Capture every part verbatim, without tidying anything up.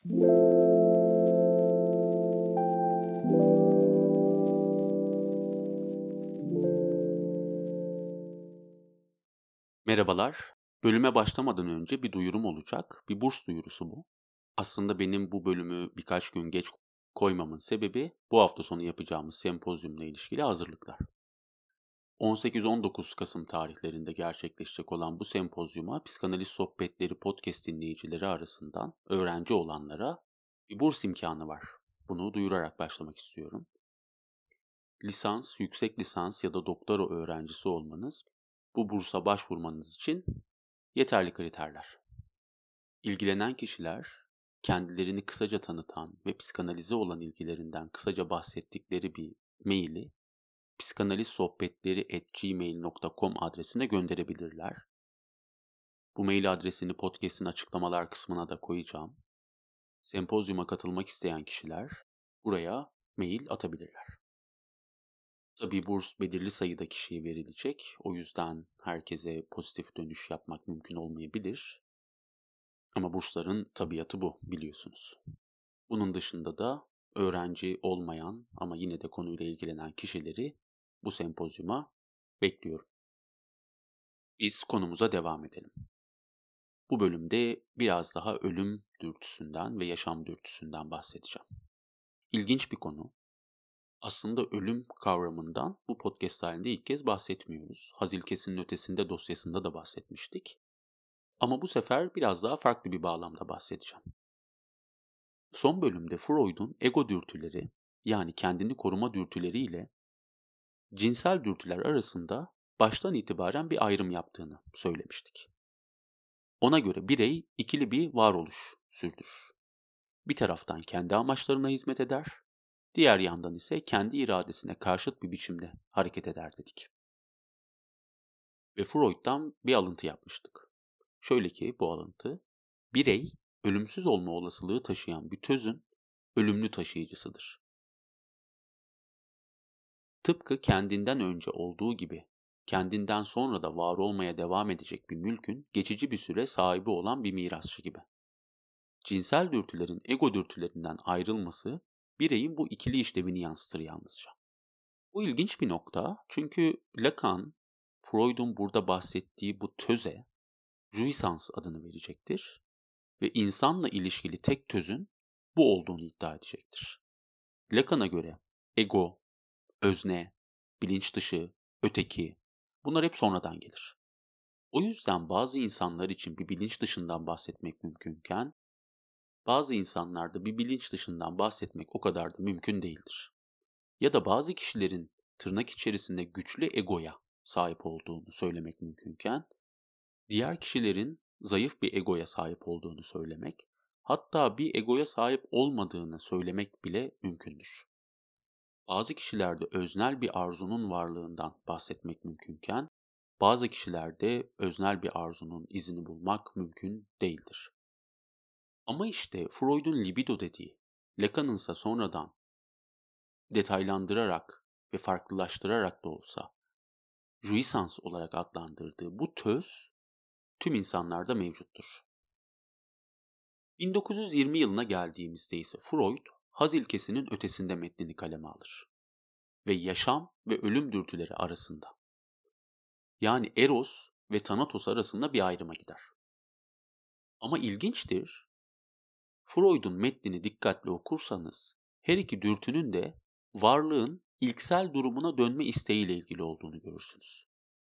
Merhabalar. Bölüme başlamadan önce bir duyurum olacak. Bir burs duyurusu bu. Aslında benim bu bölümü birkaç gün geç koymamın sebebi bu hafta sonu yapacağımız sempozyumla ilişkili hazırlıklar. on sekiz on dokuz Kasım tarihlerinde gerçekleşecek olan bu sempozyuma Psikanaliz Sohbetleri podcast dinleyicileri arasından öğrenci olanlara bir burs imkanı var. Bunu duyurarak başlamak istiyorum. Lisans, yüksek lisans ya da doktora öğrencisi olmanız bu bursa başvurmanız için yeterli kriterler. İlgilenen kişiler, kendilerini kısaca tanıtan ve psikanalize olan ilgilerinden kısaca bahsettikleri bir maili psikanalizsohbetleri at gmail nokta com adresine gönderebilirler. Bu mail adresini podcast'in açıklamalar kısmına da koyacağım. Sempozyuma katılmak isteyen kişiler buraya mail atabilirler. Tabii burs belirli sayıda kişiye verilecek. O yüzden herkese pozitif dönüş yapmak mümkün olmayabilir. Ama bursların tabiatı bu, biliyorsunuz. Bunun dışında da öğrenci olmayan ama yine de konuyla ilgilenen kişileri bu sempozyuma bekliyorum. Biz konumuza devam edelim. Bu bölümde biraz daha ölüm dürtüsünden ve yaşam dürtüsünden bahsedeceğim. İlginç bir konu. Aslında ölüm kavramından bu podcast halinde ilk kez bahsetmiyoruz. Haz İlkesinin Ötesinde dosyasında da bahsetmiştik. Ama bu sefer biraz daha farklı bir bağlamda bahsedeceğim. Son bölümde Freud'un ego dürtüleri, yani kendini koruma dürtüleri ile cinsel dürtüler arasında baştan itibaren bir ayrım yaptığını söylemiştik. Ona göre birey ikili bir varoluş sürdürür. Bir taraftan kendi amaçlarına hizmet eder, diğer yandan ise kendi iradesine karşıt bir biçimde hareket eder dedik. Ve Freud'dan bir alıntı yapmıştık. Şöyle ki bu alıntı, birey ölümsüz olma olasılığı taşıyan bir tözün ölümlü taşıyıcısıdır. Tıpkı kendinden önce olduğu gibi kendinden sonra da var olmaya devam edecek bir mülkün geçici bir süre sahibi olan bir mirasçı gibi. Cinsel dürtülerin ego dürtülerinden ayrılması bireyin bu ikili işlevini yansıtır yalnızca. Bu ilginç bir nokta çünkü Lacan, Freud'un burada bahsettiği bu töze jouissance adını verecektir ve insanla ilişkili tek tözün bu olduğunu iddia edecektir. Lacan'a göre ego, özne, bilinç dışı, öteki, bunlar hep sonradan gelir. O yüzden bazı insanlar için bir bilinç dışından bahsetmek mümkünken, bazı insanlarda bir bilinç dışından bahsetmek o kadar da mümkün değildir. Ya da bazı kişilerin tırnak içerisinde güçlü egoya sahip olduğunu söylemek mümkünken, diğer kişilerin zayıf bir egoya sahip olduğunu söylemek, hatta bir egoya sahip olmadığını söylemek bile mümkündür. Bazı kişilerde öznel bir arzunun varlığından bahsetmek mümkünken, bazı kişilerde öznel bir arzunun izini bulmak mümkün değildir. Ama işte Freud'un libido dediği, Lacan'ın ise sonradan detaylandırarak ve farklılaştırarak da olsa jouissance olarak adlandırdığı bu töz tüm insanlarda mevcuttur. bin dokuz yüz yirmi yılına geldiğimizde ise Freud, Haz İlkesinin Ötesinde metnini kaleme alır ve yaşam ve ölüm dürtüleri arasında, yani Eros ve Thanatos arasında bir ayrıma gider. Ama ilginçtir, Freud'un metnini dikkatli okursanız her iki dürtünün de varlığın ilksel durumuna dönme isteğiyle ilgili olduğunu görürsünüz.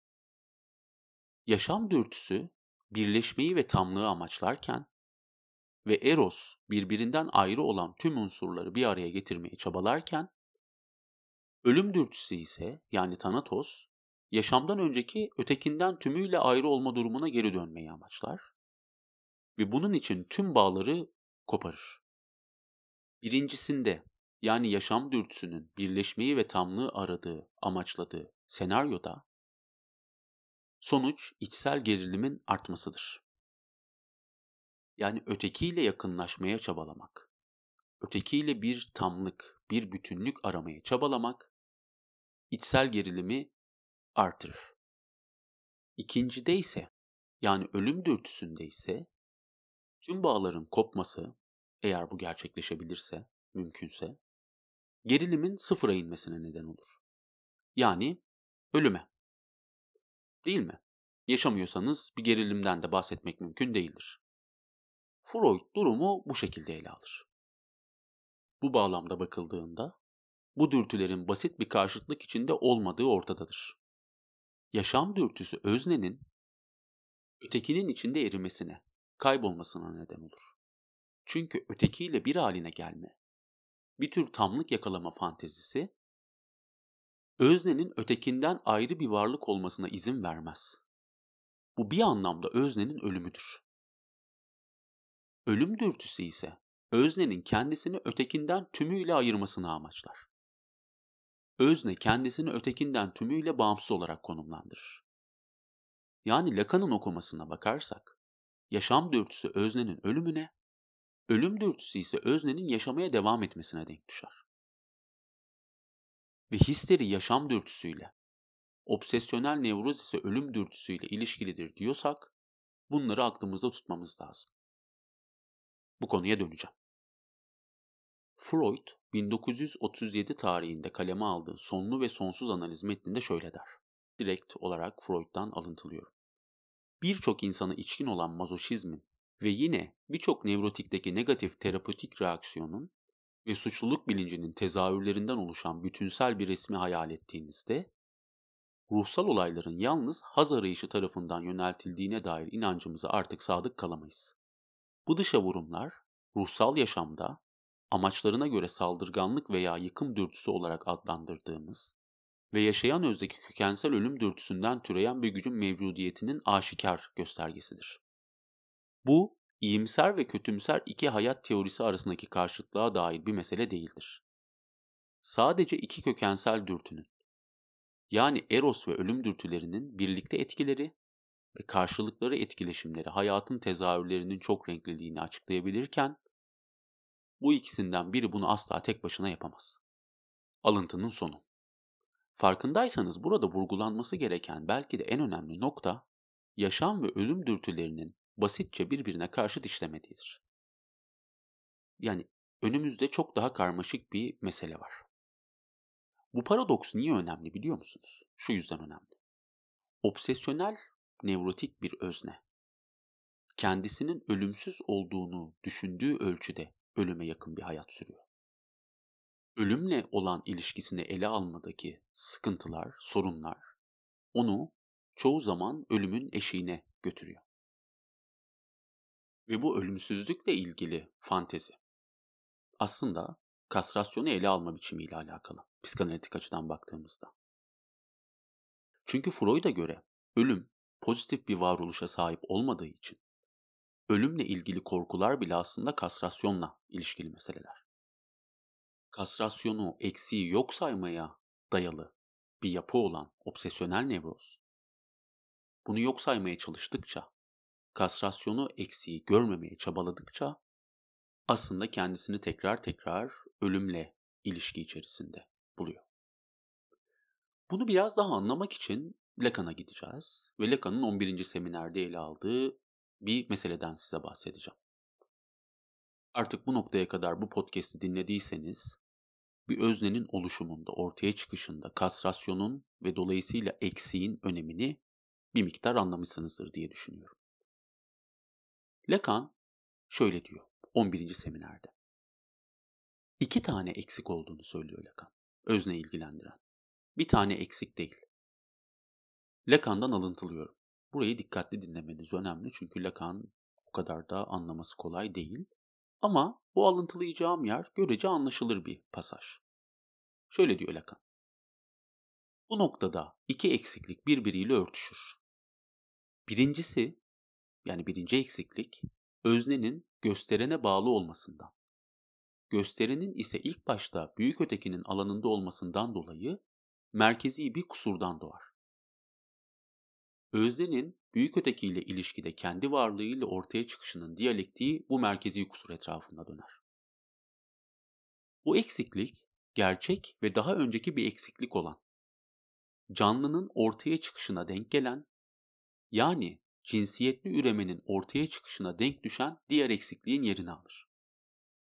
Yaşam dürtüsü birleşmeyi ve tamlığı amaçlarken ve Eros birbirinden ayrı olan tüm unsurları bir araya getirmeye çabalarken, ölüm dürtüsü ise yani Thanatos, yaşamdan önceki ötekinden tümüyle ayrı olma durumuna geri dönmeyi amaçlar ve bunun için tüm bağları koparır. Birincisinde yani yaşam dürtüsünün birleşmeyi ve tamlığı aradığı, amaçladığı senaryoda sonuç içsel gerilimin artmasıdır. Yani ötekiyle yakınlaşmaya çabalamak, ötekiyle bir tamlık, bir bütünlük aramaya çabalamak içsel gerilimi artırır. İkincide ise yani ölüm dürtüsünde ise tüm bağların kopması eğer bu gerçekleşebilirse, mümkünse, gerilimin sıfıra inmesine neden olur. Yani ölüme, değil mi? Yaşamıyorsanız bir gerilimden de bahsetmek mümkün değildir. Freud durumu bu şekilde ele alır. Bu bağlamda bakıldığında, bu dürtülerin basit bir karşıtlık içinde olmadığı ortadadır. Yaşam dürtüsü öznenin ötekinin içinde erimesine, kaybolmasına neden olur. Çünkü ötekiyle bir haline gelme, bir tür tamlık yakalama fantezisi, öznenin ötekinden ayrı bir varlık olmasına izin vermez. Bu bir anlamda öznenin ölümüdür. Ölüm dürtüsü ise öznenin kendisini ötekinden tümüyle ayırmasını amaçlar. Özne kendisini ötekinden tümüyle bağımsız olarak konumlandırır. Yani Lacan'ın okumasına bakarsak, yaşam dürtüsü öznenin ölümüne, ölüm dürtüsü ise öznenin yaşamaya devam etmesine denk düşer. Ve histeri yaşam dürtüsüyle, obsesyonel nevroz ise ölüm dürtüsüyle ilişkilidir diyorsak, bunları aklımızda tutmamız lazım. Bu konuya döneceğim. Freud, bin dokuz yüz otuz yedi tarihinde kaleme aldığı Sonlu ve Sonsuz Analiz metninde şöyle der. Direkt olarak Freud'dan alıntılıyorum. Birçok insana içkin olan mazoşizmin ve yine birçok nevrotikteki negatif terapötik reaksiyonun ve suçluluk bilincinin tezahürlerinden oluşan bütünsel bir resmi hayal ettiğinizde, ruhsal olayların yalnız haz arayışı tarafından yöneltildiğine dair inancımıza artık sadık kalamayız. Bu dışa vurumlar, ruhsal yaşamda, amaçlarına göre saldırganlık veya yıkım dürtüsü olarak adlandırdığımız ve yaşayan özdeki kökensel ölüm dürtüsünden türeyen bir gücün mevcudiyetinin aşikar göstergesidir. Bu, iyimser ve kötümser iki hayat teorisi arasındaki karşıtlığa dair bir mesele değildir. Sadece iki kökensel dürtünün, yani eros ve ölüm dürtülerinin birlikte etkileri ve karşılıkları etkileşimleri hayatın tezahürlerinin çok renkliliğini açıklayabilirken, bu ikisinden biri bunu asla tek başına yapamaz. Alıntının sonu. Farkındaysanız burada vurgulanması gereken belki de en önemli nokta, yaşam ve ölüm dürtülerinin basitçe birbirine karşıt işlemediğidir. Yani önümüzde çok daha karmaşık bir mesele var. Bu paradoks niye önemli biliyor musunuz? Şu yüzden önemli. Obsesyonel, nevrotik bir özne, kendisinin ölümsüz olduğunu düşündüğü ölçüde ölüme yakın bir hayat sürüyor. Ölümle olan ilişkisini ele almadaki sıkıntılar, sorunlar onu çoğu zaman ölümün eşiğine götürüyor. Ve bu ölümsüzlükle ilgili fantezi aslında kastrasyonu ele alma biçimiyle alakalı psikanalitik açıdan baktığımızda. Çünkü Freud'a göre ölüm pozitif bir varoluşa sahip olmadığı için ölümle ilgili korkular bile aslında kastrasyonla ilişkili meseleler. Kastrasyonu, eksiği yok saymaya dayalı bir yapı olan obsesyonel nevroz, bunu yok saymaya çalıştıkça, kastrasyonu, eksiği görmemeye çabaladıkça aslında kendisini tekrar tekrar ölümle ilişki içerisinde buluyor. Bunu biraz daha anlamak için Lacan'a gideceğiz ve Lacan'ın on birinci seminerde ele aldığı bir meseleden size bahsedeceğim. Artık bu noktaya kadar bu podcast'i dinlediyseniz, bir öznenin oluşumunda, ortaya çıkışında kastrasyonun ve dolayısıyla eksiğin önemini bir miktar anlamışsınızdır diye düşünüyorum. Lacan şöyle diyor on birinci seminerde. İki tane eksik olduğunu söylüyor Lacan, özne ilgilendiren. Bir tane eksik değil. Lacan'dan alıntılıyorum. Burayı dikkatli dinlemeniz önemli çünkü Lacan o kadar da anlaması kolay değil. Ama bu alıntılayacağım yer görece anlaşılır bir pasaj. Şöyle diyor Lacan. Bu noktada iki eksiklik birbiriyle örtüşür. Birincisi, yani birinci eksiklik, öznenin gösterene bağlı olmasından, gösterenin ise ilk başta büyük ötekinin alanında olmasından dolayı merkezi bir kusurdan doğar. Öznenin büyük ötekiyle ilişkide kendi varlığıyla ortaya çıkışının diyalektiği bu merkezi kusur etrafında döner. Bu eksiklik, gerçek ve daha önceki bir eksiklik olan, canlının ortaya çıkışına denk gelen, yani cinsiyetli üremenin ortaya çıkışına denk düşen diğer eksikliğin yerini alır.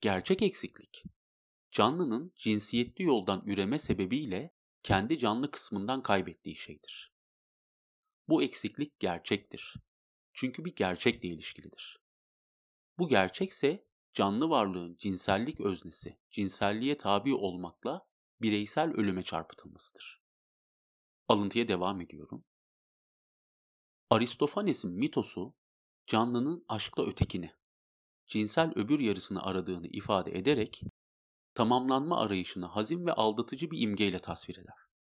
Gerçek eksiklik, canlının cinsiyetli yoldan üreme sebebiyle kendi canlı kısmından kaybettiği şeydir. Bu eksiklik gerçektir. Çünkü bir gerçekle ilişkilidir. Bu gerçekse canlı varlığın cinsellik öznesi, cinselliğe tabi olmakla bireysel ölüme çarpıtılmasıdır. Alıntıya devam ediyorum. Aristofanes'in mitosu, canlının aşkla ötekini, cinsel öbür yarısını aradığını ifade ederek, tamamlanma arayışını hazin ve aldatıcı bir imgeyle tasvir eder.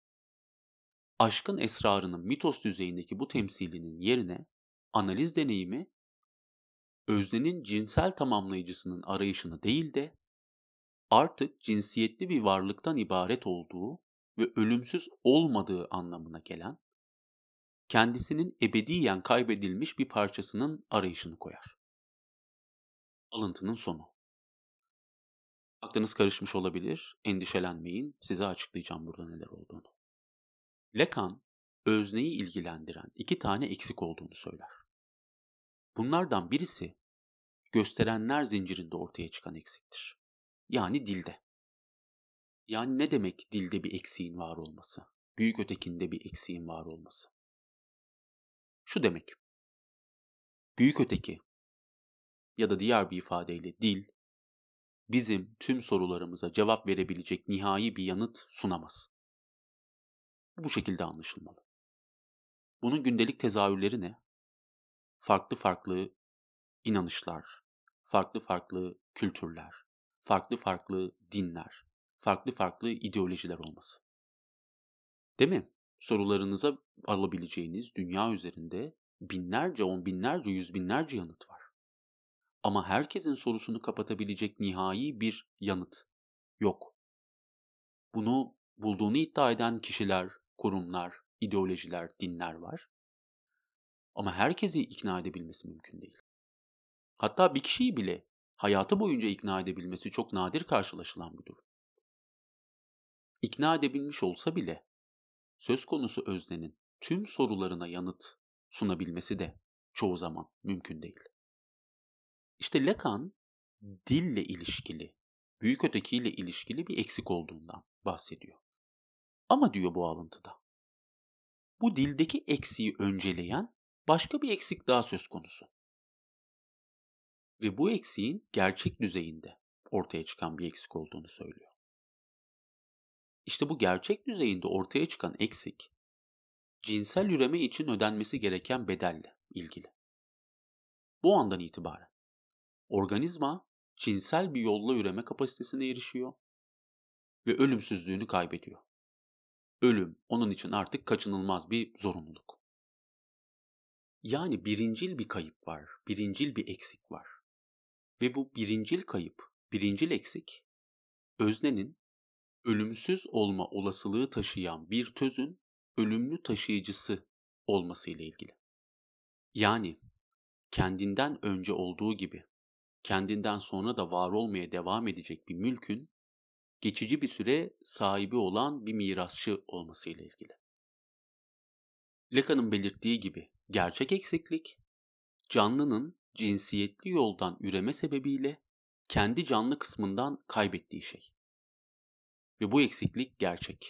Aşkın esrarının mitos düzeyindeki bu temsilinin yerine, analiz deneyimi, öznenin cinsel tamamlayıcısının arayışını değil de, artık cinsiyetli bir varlıktan ibaret olduğu ve ölümsüz olmadığı anlamına gelen, kendisinin ebediyen kaybedilmiş bir parçasının arayışını koyar. Alıntının sonu. Aklınız karışmış olabilir, endişelenmeyin, size açıklayacağım burada neler olduğunu. Lacan, özneyi ilgilendiren iki tane eksik olduğunu söyler. Bunlardan birisi, gösterenler zincirinde ortaya çıkan eksiktir. Yani dilde. Yani ne demek dilde bir eksiğin var olması? Büyük ötekinde bir eksiğin var olması? Şu demek, büyük öteki ya da diğer bir ifadeyle dil, bizim tüm sorularımıza cevap verebilecek nihai bir yanıt sunamaz. Bu şekilde anlaşılmalı. Bunun gündelik tezahürleri ne? Farklı farklı inanışlar, farklı farklı kültürler, farklı farklı dinler, farklı farklı ideolojiler olması. Değil mi? Sorularınıza alabileceğiniz dünya üzerinde binlerce, on binlerce, yüz binlerce yanıt var. Ama herkesin sorusunu kapatabilecek nihai bir yanıt yok. Bunu bulduğunu iddia eden kişiler, kurumlar, ideolojiler, dinler var. Ama herkesi ikna edebilmesi mümkün değil. Hatta bir kişiyi bile hayatı boyunca ikna edebilmesi çok nadir karşılaşılan bir durum. İkna edebilmiş olsa bile söz konusu öznenin tüm sorularına yanıt sunabilmesi de çoğu zaman mümkün değil. İşte Lacan dille ilişkili, büyük ötekiyle ilişkili bir eksik olduğundan bahsediyor. Ama diyor bu alıntıda, bu dildeki eksiği önceleyen başka bir eksik daha söz konusu. Ve bu eksiğin gerçek düzeyinde ortaya çıkan bir eksik olduğunu söylüyor. İşte bu gerçek düzeyinde ortaya çıkan eksik, cinsel üreme için ödenmesi gereken bedelle ilgili. Bu andan itibaren organizma cinsel bir yolla üreme kapasitesine erişiyor ve ölümsüzlüğünü kaybediyor. Ölüm onun için artık kaçınılmaz bir zorunluluk. Yani birincil bir kayıp var, birincil bir eksik var. Ve bu birincil kayıp, birincil eksik, öznenin ölümsüz olma olasılığı taşıyan bir tözün ölümlü taşıyıcısı olması ile ilgili. Yani kendinden önce olduğu gibi, kendinden sonra da var olmaya devam edecek bir mülkün geçici bir süre sahibi olan bir mirasçı olması ile ilgili. Lacan'ın belirttiği gibi gerçek eksiklik, canlının cinsiyetli yoldan üreme sebebiyle kendi canlı kısmından kaybettiği şey. Ve bu eksiklik gerçek.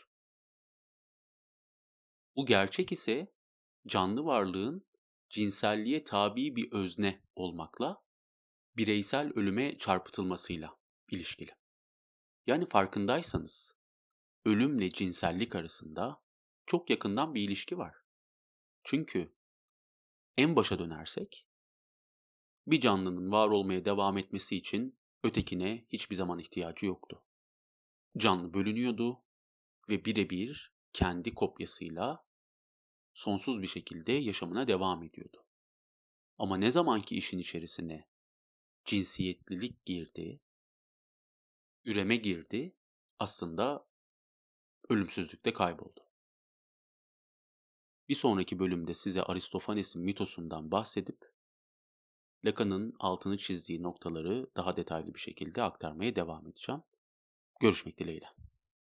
Bu gerçek ise canlı varlığın cinselliğe tabi bir özne olmakla bireysel ölüme çarpıtılmasıyla ilişkili. Yani farkındaysanız ölümle cinsellik arasında çok yakından bir ilişki var. Çünkü en başa dönersek bir canlının var olmaya devam etmesi için ötekine hiçbir zaman ihtiyacı yoktu. Canlı bölünüyordu ve birebir kendi kopyasıyla sonsuz bir şekilde yaşamına devam ediyordu. Ama ne zamanki işin içerisine cinsiyetlilik girdi, üreme girdi, aslında ölümsüzlükte kayboldu. Bir sonraki bölümde size Aristofanes'in mitosundan bahsedip Lacan'ın altını çizdiği noktaları daha detaylı bir şekilde aktarmaya devam edeceğim. Görüşmek dileğiyle.